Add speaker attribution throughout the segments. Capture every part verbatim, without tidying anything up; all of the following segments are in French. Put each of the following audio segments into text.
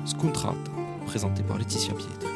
Speaker 1: Scontrata, présenté par Laetitia Pietri.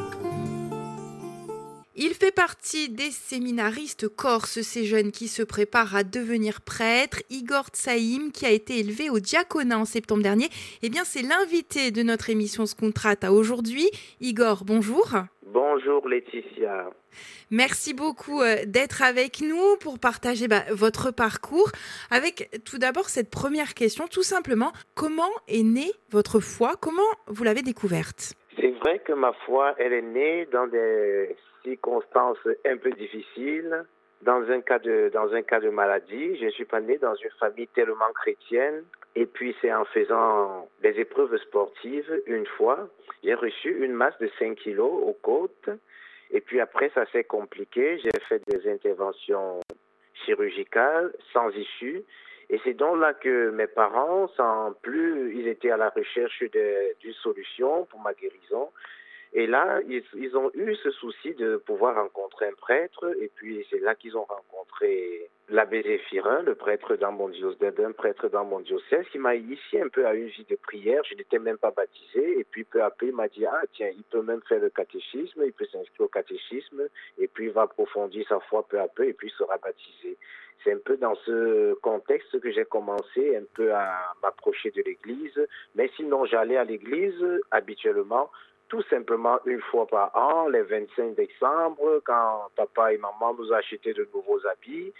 Speaker 2: Il fait partie des séminaristes corses, ces jeunes qui se préparent à devenir prêtres. Igor Tsaïm, qui a été élevé au diaconat en septembre dernier, eh bien, c'est l'invité de notre émission Scontrata aujourd'hui. Igor, bonjour.
Speaker 3: Bonjour Laetitia.
Speaker 2: Merci beaucoup d'être avec nous pour partager bah, votre parcours. Avec tout d'abord cette première question, tout simplement, comment est née votre foi? Comment vous l'avez découverte?
Speaker 3: C'est vrai que ma foi, elle est née dans des circonstances un peu difficiles, dans un cas de, dans un cas de maladie. Je ne suis pas né dans une famille tellement chrétienne. Et puis c'est en faisant des épreuves sportives, une fois, j'ai reçu une masse de cinq kilos aux côtes. Et puis après, ça s'est compliqué. J'ai fait des interventions chirurgicales sans issue. Et c'est donc là que mes parents, sans plus, ils étaient à la recherche d'une solution pour ma guérison. Et là, ils, ils ont eu ce souci de pouvoir rencontrer un prêtre. Et puis c'est là qu'ils ont rencontré l'abbé Zéphirin, le prêtre dans mon diocèse, d'un prêtre dans mon diocèse, qui m'a initié un peu à une vie de prière. Je n'étais même pas baptisé. Et puis peu à peu, il m'a dit, ah tiens, il peut même faire le catéchisme, il peut s'inscrire au catéchisme. Et puis il va approfondir sa foi peu à peu et puis il sera baptisé. C'est un peu dans ce contexte que j'ai commencé un peu à m'approcher de l'église. Mais sinon, j'allais à l'église habituellement, tout simplement une fois par an, les vingt-cinq décembre, quand papa et maman nous achetaient de nouveaux habits.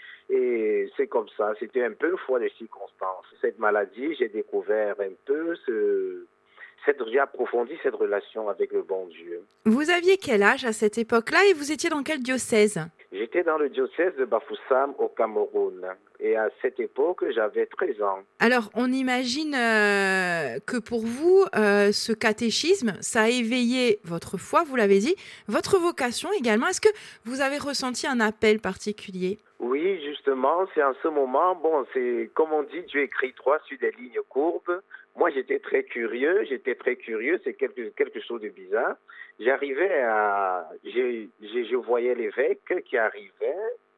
Speaker 3: Et c'est comme ça, c'était un peu une fois des circonstances. Cette maladie, j'ai découvert un peu ce... Cette, j'ai approfondi cette relation avec le bon Dieu.
Speaker 2: Vous aviez quel âge à cette époque-là et vous étiez dans quel diocèse?
Speaker 3: J'étais dans le diocèse de Bafoussam au Cameroun. Et à cette époque, j'avais treize ans.
Speaker 2: Alors, on imagine euh, que pour vous, euh, ce catéchisme, ça a éveillé votre foi, vous l'avez dit, votre vocation également. Est-ce que vous avez ressenti un appel particulier?
Speaker 3: Oui, justement, c'est en ce moment, bon, c'est comme on dit, Dieu écrit droit sur des lignes courbes. Moi, j'étais très curieux, j'étais très curieux, c'est quelque, quelque chose de bizarre. J'arrivais à, je, je, je voyais l'évêque qui arrivait,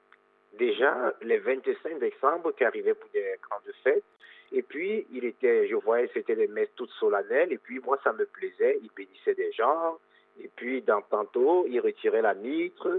Speaker 3: déjà, les vingt-cinq décembre, qui arrivait pour des grandes fêtes. Et puis, il était, je voyais, c'était des messes toutes solennelles, et puis moi, ça me plaisait, il bénissait des gens, et puis, dans tantôt, il retirait la mitre,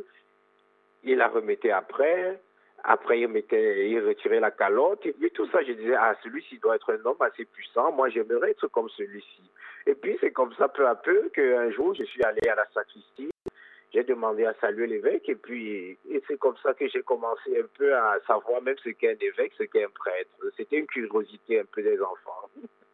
Speaker 3: il la remettait après. Après, il, mettait, il retirait la calotte. Et puis, tout ça, je disais, ah, celui-ci doit être un homme assez puissant. Moi, j'aimerais être comme celui-ci. Et puis, c'est comme ça, peu à peu, qu'un jour, je suis allé à la sacristie. J'ai demandé à saluer l'évêque. Et puis, et c'est comme ça que j'ai commencé un peu à savoir même ce qu'est un évêque, ce qu'est un prêtre. C'était une curiosité un peu des enfants.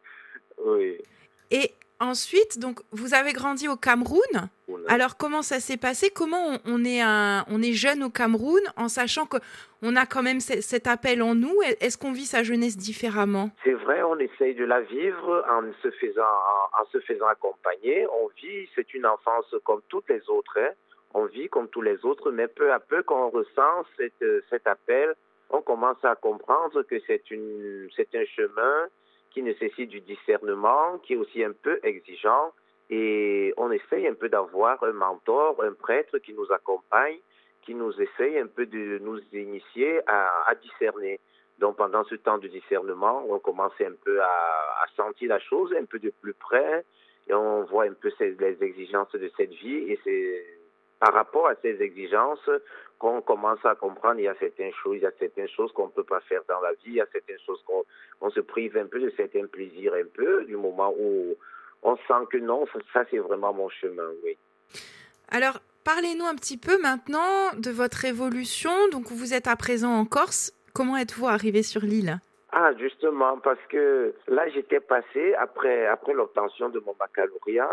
Speaker 3: Oui.
Speaker 2: Et ensuite, donc, vous avez grandi au Cameroun. Alors, comment ça s'est passé? Comment on, on, est un, on est jeune au Cameroun en sachant qu'on a quand même c- cet appel en nous? Est-ce qu'on vit sa jeunesse différemment?
Speaker 3: C'est vrai, on essaye de la vivre en se faisant, en, en se faisant accompagner. On vit, c'est une enfance comme toutes les autres. Hein. On vit comme tous les autres, mais peu à peu, quand on ressent cette, cet appel, on commence à comprendre que c'est, une, c'est un chemin qui nécessite du discernement, qui est aussi un peu exigeant. Et on essaye un peu d'avoir un mentor, un prêtre qui nous accompagne, qui nous essaye un peu de nous initier à, à discerner. Donc pendant ce temps de discernement, on commence un peu à, à sentir la chose un peu de plus près et on voit un peu ces, les exigences de cette vie et c'est par rapport à ces exigences qu'on commence à comprendre il y a certaines choses, il y a certaines choses qu'on ne peut pas faire dans la vie, il y a certaines choses qu'on on se prive un peu de certains plaisirs un peu du moment où on sent que non, ça, ça c'est vraiment mon chemin, oui.
Speaker 2: Alors, parlez-nous un petit peu maintenant de votre évolution. Donc, vous êtes à présent en Corse. Comment êtes-vous arrivé sur l'île?
Speaker 3: Ah, justement, parce que là, j'étais passé, après, après l'obtention de mon baccalauréat,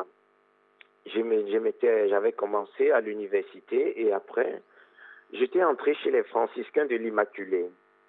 Speaker 3: je m'étais, j'avais commencé à l'université et après, j'étais entré chez les franciscains de l'Immaculée.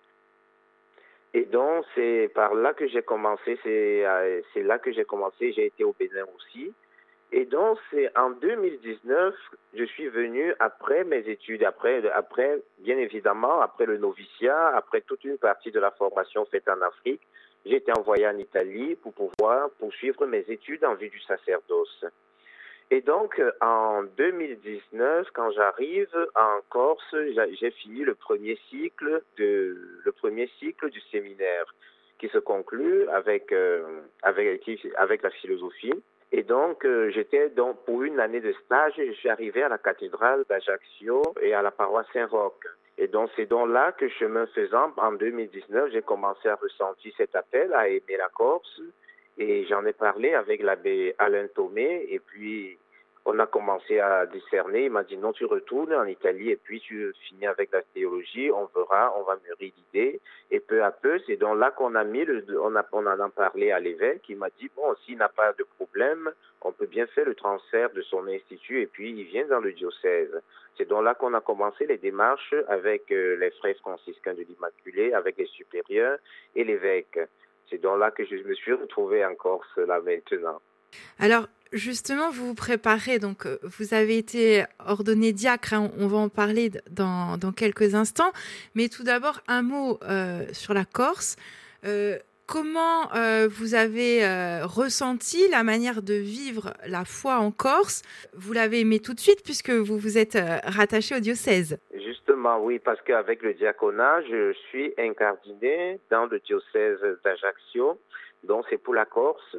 Speaker 3: Et donc, c'est par là que j'ai commencé, c'est, c'est là que j'ai commencé, j'ai été au Bénin aussi. Et donc, c'est en deux mille dix-neuf, je suis venu après mes études, après, après, bien évidemment, après le noviciat, après toute une partie de la formation faite en Afrique, j'ai été envoyé en Italie pour pouvoir poursuivre mes études en vue du sacerdoce. Et donc, en deux mille dix-neuf, quand j'arrive en Corse, j'ai fini le premier cycle de, le premier cycle du séminaire qui se conclut avec, euh, avec, avec la philosophie. Et donc, euh, j'étais donc pour une année de stage, je suis arrivé à la cathédrale d'Ajaccio et à la paroisse Saint-Roch. Et donc, c'est donc là que, chemin faisant, en deux mille dix-neuf, j'ai commencé à ressentir cet appel, à aimer la Corse. Et j'en ai parlé avec l'abbé Alain Thomé. Et puis, on a commencé à discerner. Il m'a dit, non, tu retournes en Italie et puis tu finis avec la théologie. On verra, on va mûrir l'idée. Et peu à peu, c'est donc là qu'on a mis, le, on, a, on en a parlé à l'évêque. Il m'a dit, bon, s'il n'a pas de problème, on peut bien faire le transfert de son institut et puis il vient dans le diocèse. C'est donc là qu'on a commencé les démarches avec euh, les frères franciscains de l'Immaculée, avec les supérieurs et l'évêque. C'est donc là que je me suis retrouvé en Corse, là, maintenant.
Speaker 2: Alors, justement, vous vous préparez, donc euh, vous avez été ordonné diacre, hein, on va en parler dans, dans quelques instants, mais tout d'abord, un mot euh, sur la Corse. Euh, comment euh, vous avez euh, ressenti la manière de vivre la foi en Corse? Vous l'avez aimé tout de suite puisque vous vous êtes euh, rattaché au diocèse.
Speaker 3: Justement, oui, parce qu'avec le diaconat, je suis incardiné dans le diocèse d'Ajaccio, donc c'est pour la Corse.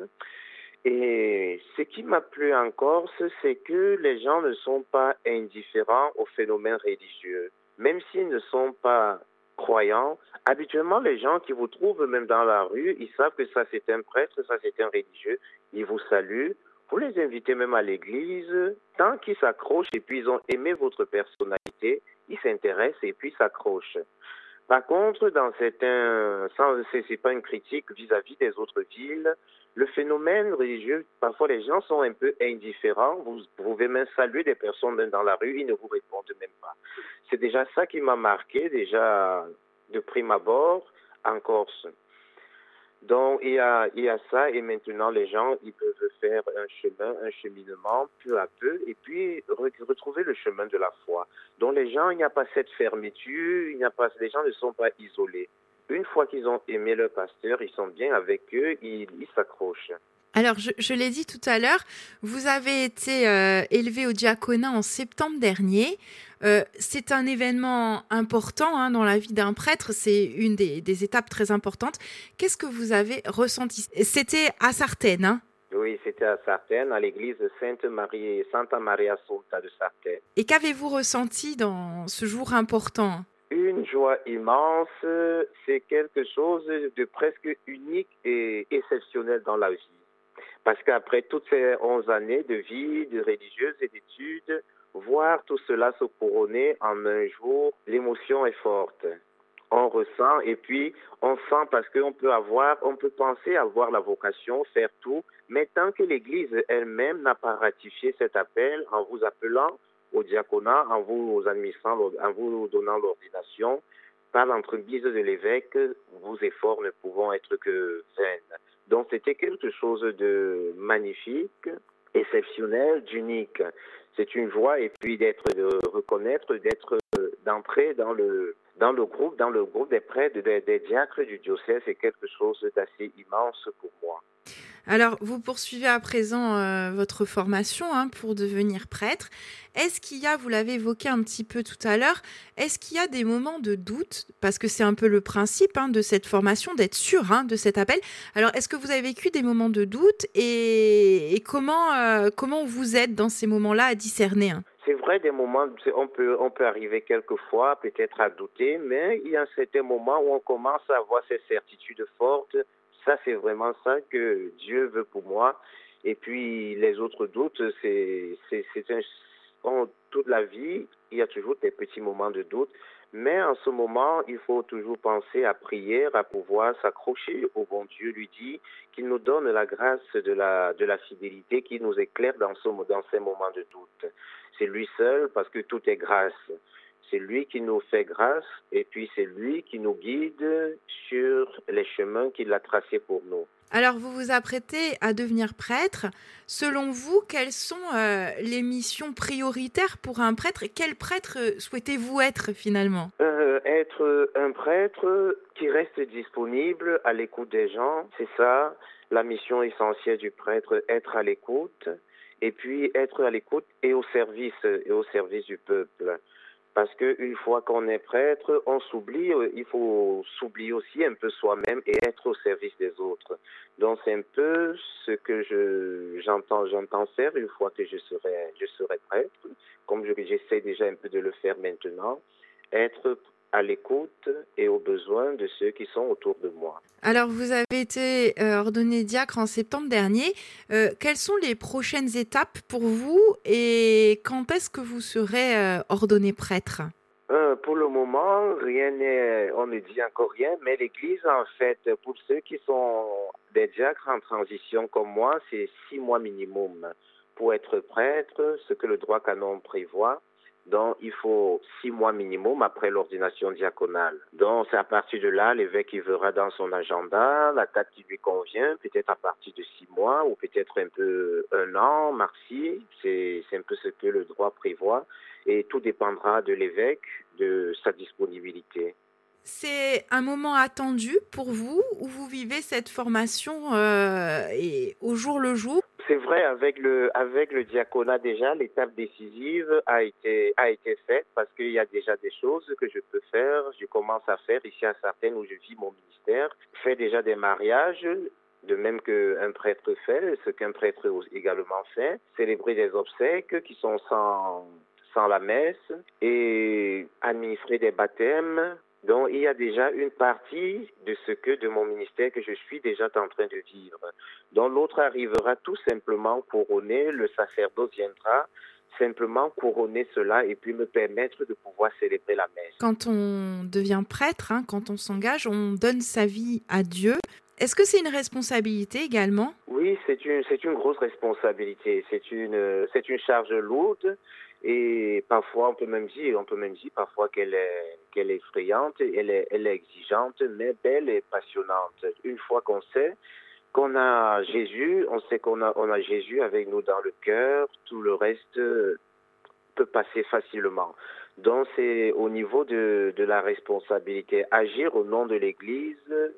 Speaker 3: Et ce qui m'a plu en Corse, c'est que les gens ne sont pas indifférents aux phénomènes religieux. Même s'ils ne sont pas croyants, habituellement, les gens qui vous trouvent même dans la rue, ils savent que ça c'est un prêtre, ça c'est un religieux, ils vous saluent. Vous les invitez même à l'église, tant qu'ils s'accrochent et puis ils ont aimé votre personnalité, ils s'intéressent et puis s'accrochent. Par contre, dans certains, sans, c'est, c'est pas une critique vis-à-vis des autres villes, le phénomène religieux, parfois les gens sont un peu indifférents. Vous, vous pouvez même saluer des personnes dans la rue, ils ne vous répondent même pas. C'est déjà ça qui m'a marqué, déjà de prime abord, en Corse. Donc, il y a, il y a ça, et maintenant, les gens, ils peuvent faire un chemin, un cheminement, peu à peu, et puis re- retrouver le chemin de la foi. Donc, les gens, il n'y a pas cette fermeture, il n'y a pas, les gens ne sont pas isolés. Une fois qu'ils ont aimé leur pasteur, ils sont bien avec eux, ils, ils s'accrochent.
Speaker 2: Alors, je, je l'ai dit tout à l'heure, vous avez été euh, élevé au diaconat en septembre dernier. Euh, c'est un événement important hein, dans la vie d'un prêtre, c'est une des, des étapes très importantes. Qu'est-ce que vous avez ressenti? C'était à Sartène, hein?
Speaker 3: Oui, c'était à Sartène, à l'église Sainte-Marie, Santa Maria Assunta de Sartène.
Speaker 2: Et qu'avez-vous ressenti dans ce jour important?
Speaker 3: Une joie immense, c'est quelque chose de presque unique et exceptionnel dans la vie. Parce qu'après toutes ces onze années de vie, de religieuse et d'études, voir tout cela se couronner en un jour, l'émotion est forte. On ressent et puis on sent parce qu'on peut avoir, on peut penser avoir la vocation, faire tout, mais tant que l'Église elle-même n'a pas ratifié cet appel en vous appelant au diaconat, en vous administrant, en vous donnant l'ordination, par l'entremise de l'évêque, vos efforts ne pouvant être que vains. Donc c'était quelque chose de magnifique, exceptionnel, d'unique. C'est une joie et puis d'être, de reconnaître, d'être, d'entrer dans le dans le groupe, dans le groupe des prêtres, des, des diacres du diocèse, c'est quelque chose d'assez immense pour moi.
Speaker 2: Alors, vous poursuivez à présent euh, votre formation hein, pour devenir prêtre. Est-ce qu'il y a, vous l'avez évoqué un petit peu tout à l'heure, est-ce qu'il y a des moments de doute? Parce que c'est un peu le principe hein, de cette formation, d'être sûr hein, de cet appel. Alors, est-ce que vous avez vécu des moments de doute et, et comment, euh, comment vous êtes dans ces moments-là à discerner hein?
Speaker 3: C'est vrai, des moments, on peut, on peut arriver quelquefois peut-être à douter, mais il y a un certain moment où on commence à avoir ces certitudes fortes. Ça, c'est vraiment ça que Dieu veut pour moi. Et puis, les autres doutes, c'est, c'est, c'est un, on, toute la vie, il y a toujours des petits moments de doute. Mais en ce moment, il faut toujours penser à prier, à pouvoir s'accrocher au bon Dieu, lui dit qu'il nous donne la grâce de la, de la fidélité, qu'il nous éclaire dans, ce, dans ces moments de doute. C'est lui seul parce que tout est grâce. C'est lui qui nous fait grâce et puis c'est lui qui nous guide sur les chemins qu'il a tracés pour nous.
Speaker 2: Alors, vous vous apprêtez à devenir prêtre. Selon vous, quelles sont euh, les missions prioritaires pour un prêtre et quel prêtre souhaitez-vous être finalement?
Speaker 3: euh, Être un prêtre qui reste disponible à l'écoute des gens, c'est ça la mission essentielle du prêtre, être à l'écoute et puis être à l'écoute et au service et au service du peuple. Parce qu'une fois qu'on est prêtre, on s'oublie, euh, il faut s'oublier aussi un peu soi-même et être au service des autres. Donc c'est un peu ce que je j'entends j'entends faire une fois que je serai je serai prêtre, comme je- j'essaie déjà un peu de le faire maintenant, être à l'écoute et aux besoins de ceux qui sont autour de moi.
Speaker 2: Alors, vous avez été euh, ordonné diacre en septembre dernier. Euh, quelles sont les prochaines étapes pour vous et quand est-ce que vous serez euh, ordonné prêtre?
Speaker 3: Euh, pour le moment, rien n'est, on ne dit encore rien, mais l'Église, en fait, pour ceux qui sont des diacres en transition comme moi, c'est six mois minimum pour être prêtre, ce que le droit canon prévoit. Donc, il faut six mois minimum après l'ordination diaconale. Donc, c'est à partir de là, l'évêque il verra dans son agenda la date qui lui convient, peut-être à partir de six mois ou peut-être un peu un an, maxi. C'est, c'est un peu ce que le droit prévoit. Et tout dépendra de l'évêque, de sa disponibilité.
Speaker 2: C'est un moment attendu pour vous où vous vivez cette formation euh, et au jour le jour?
Speaker 3: C'est vrai, avec le, avec le diaconat déjà, l'étape décisive a été, a été faite parce qu'il y a déjà des choses que je peux faire. Je commence à faire ici à Sartène où je vis mon ministère. Je fais déjà des mariages, de même qu'un prêtre fait, ce qu'un prêtre également fait. Célébrer des obsèques qui sont sans, sans la messe et administrer des baptêmes. Donc, il y a déjà une partie de ce que, de mon ministère, que je suis déjà en train de vivre. Donc, l'autre arrivera tout simplement couronner, le sacerdoce viendra simplement couronner cela et puis me permettre de pouvoir célébrer la messe.
Speaker 2: Quand on devient prêtre, hein, quand on s'engage, on donne sa vie à Dieu. Est-ce que c'est une responsabilité également?
Speaker 3: Oui, c'est une, c'est une grosse responsabilité. C'est une, c'est une charge lourde. Et parfois, on peut même dire, on peut même dire parfois qu'elle est, qu'elle est effrayante, elle est, elle est exigeante, mais belle et passionnante. Une fois qu'on sait qu'on a Jésus, on sait qu'on a, on a Jésus avec nous dans le cœur, tout le reste peut passer facilement. Donc, c'est au niveau de, de la responsabilité. Agir au nom de l'Église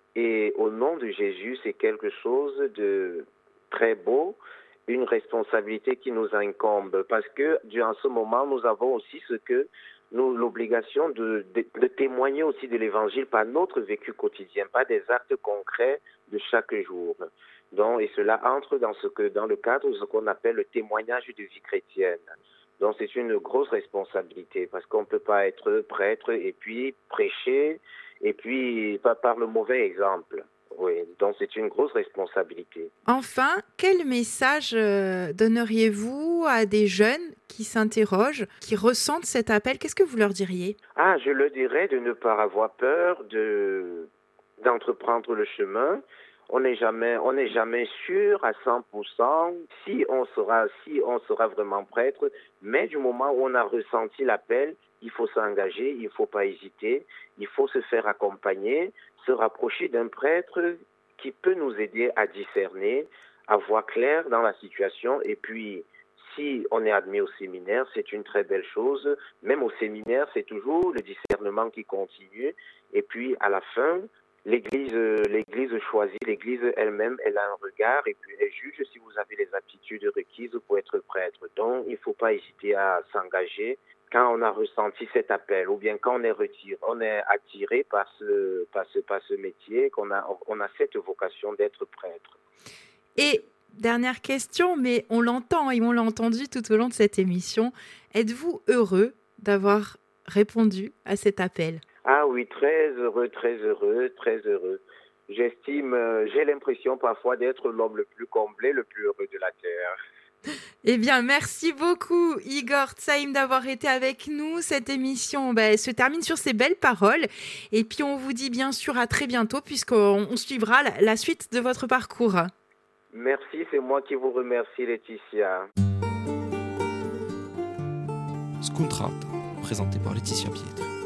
Speaker 3: et au nom de Jésus, c'est quelque chose de très beau, une responsabilité qui nous incombe parce que durant ce moment, nous avons aussi ce que nous l'obligation de, de, de témoigner aussi de l'Évangile par notre vécu quotidien, pas des actes concrets de chaque jour. Donc, et cela entre dans ce que dans le cadre de ce qu'on appelle le témoignage de vie chrétienne. Donc, c'est une grosse responsabilité parce qu'on ne peut pas être prêtre et puis prêcher et puis pas par le mauvais exemple. Oui, donc c'est une grosse responsabilité.
Speaker 2: Enfin, quel message euh, donneriez-vous à des jeunes qui s'interrogent, qui ressentent cet appel? Qu'est-ce que vous leur diriez?
Speaker 3: Ah, je leur dirais de ne pas avoir peur de d'entreprendre le chemin. On n'est jamais, on n'est jamais sûr à cent pour cent si on sera, si on sera vraiment prêtre, mais du moment où on a ressenti l'appel, il faut s'engager, il ne faut pas hésiter, il faut se faire accompagner, se rapprocher d'un prêtre qui peut nous aider à discerner, à voir clair dans la situation et puis si on est admis au séminaire, c'est une très belle chose. Même au séminaire, c'est toujours le discernement qui continue. Et puis, à la fin, l'Église, l'Église choisit, l'Église elle-même, elle a un regard et puis elle juge si vous avez les aptitudes requises pour être prêtre. Donc, il ne faut pas hésiter à s'engager quand on a ressenti cet appel ou bien quand on est retiré, on est attiré par ce, par ce, par ce métier, qu'on a, on a cette vocation d'être prêtre.
Speaker 2: Et dernière question, mais on l'entend et on l'a entendu tout au long de cette émission. Êtes-vous heureux d'avoir répondu à cet appel?
Speaker 3: Ah oui, très heureux, très heureux, très heureux. J'estime, euh, j'ai l'impression parfois d'être l'homme le plus comblé, le plus heureux de la terre.
Speaker 2: Eh bien, merci beaucoup, Igor Tsaïm, d'avoir été avec nous. Cette émission ben, se termine sur ces belles paroles. Et puis, on vous dit bien sûr à très bientôt, puisqu'on on suivra la, la suite de votre parcours.
Speaker 3: Merci, c'est moi qui vous remercie, Laetitia.
Speaker 1: Scontrata, présenté par Laetitia Pietri.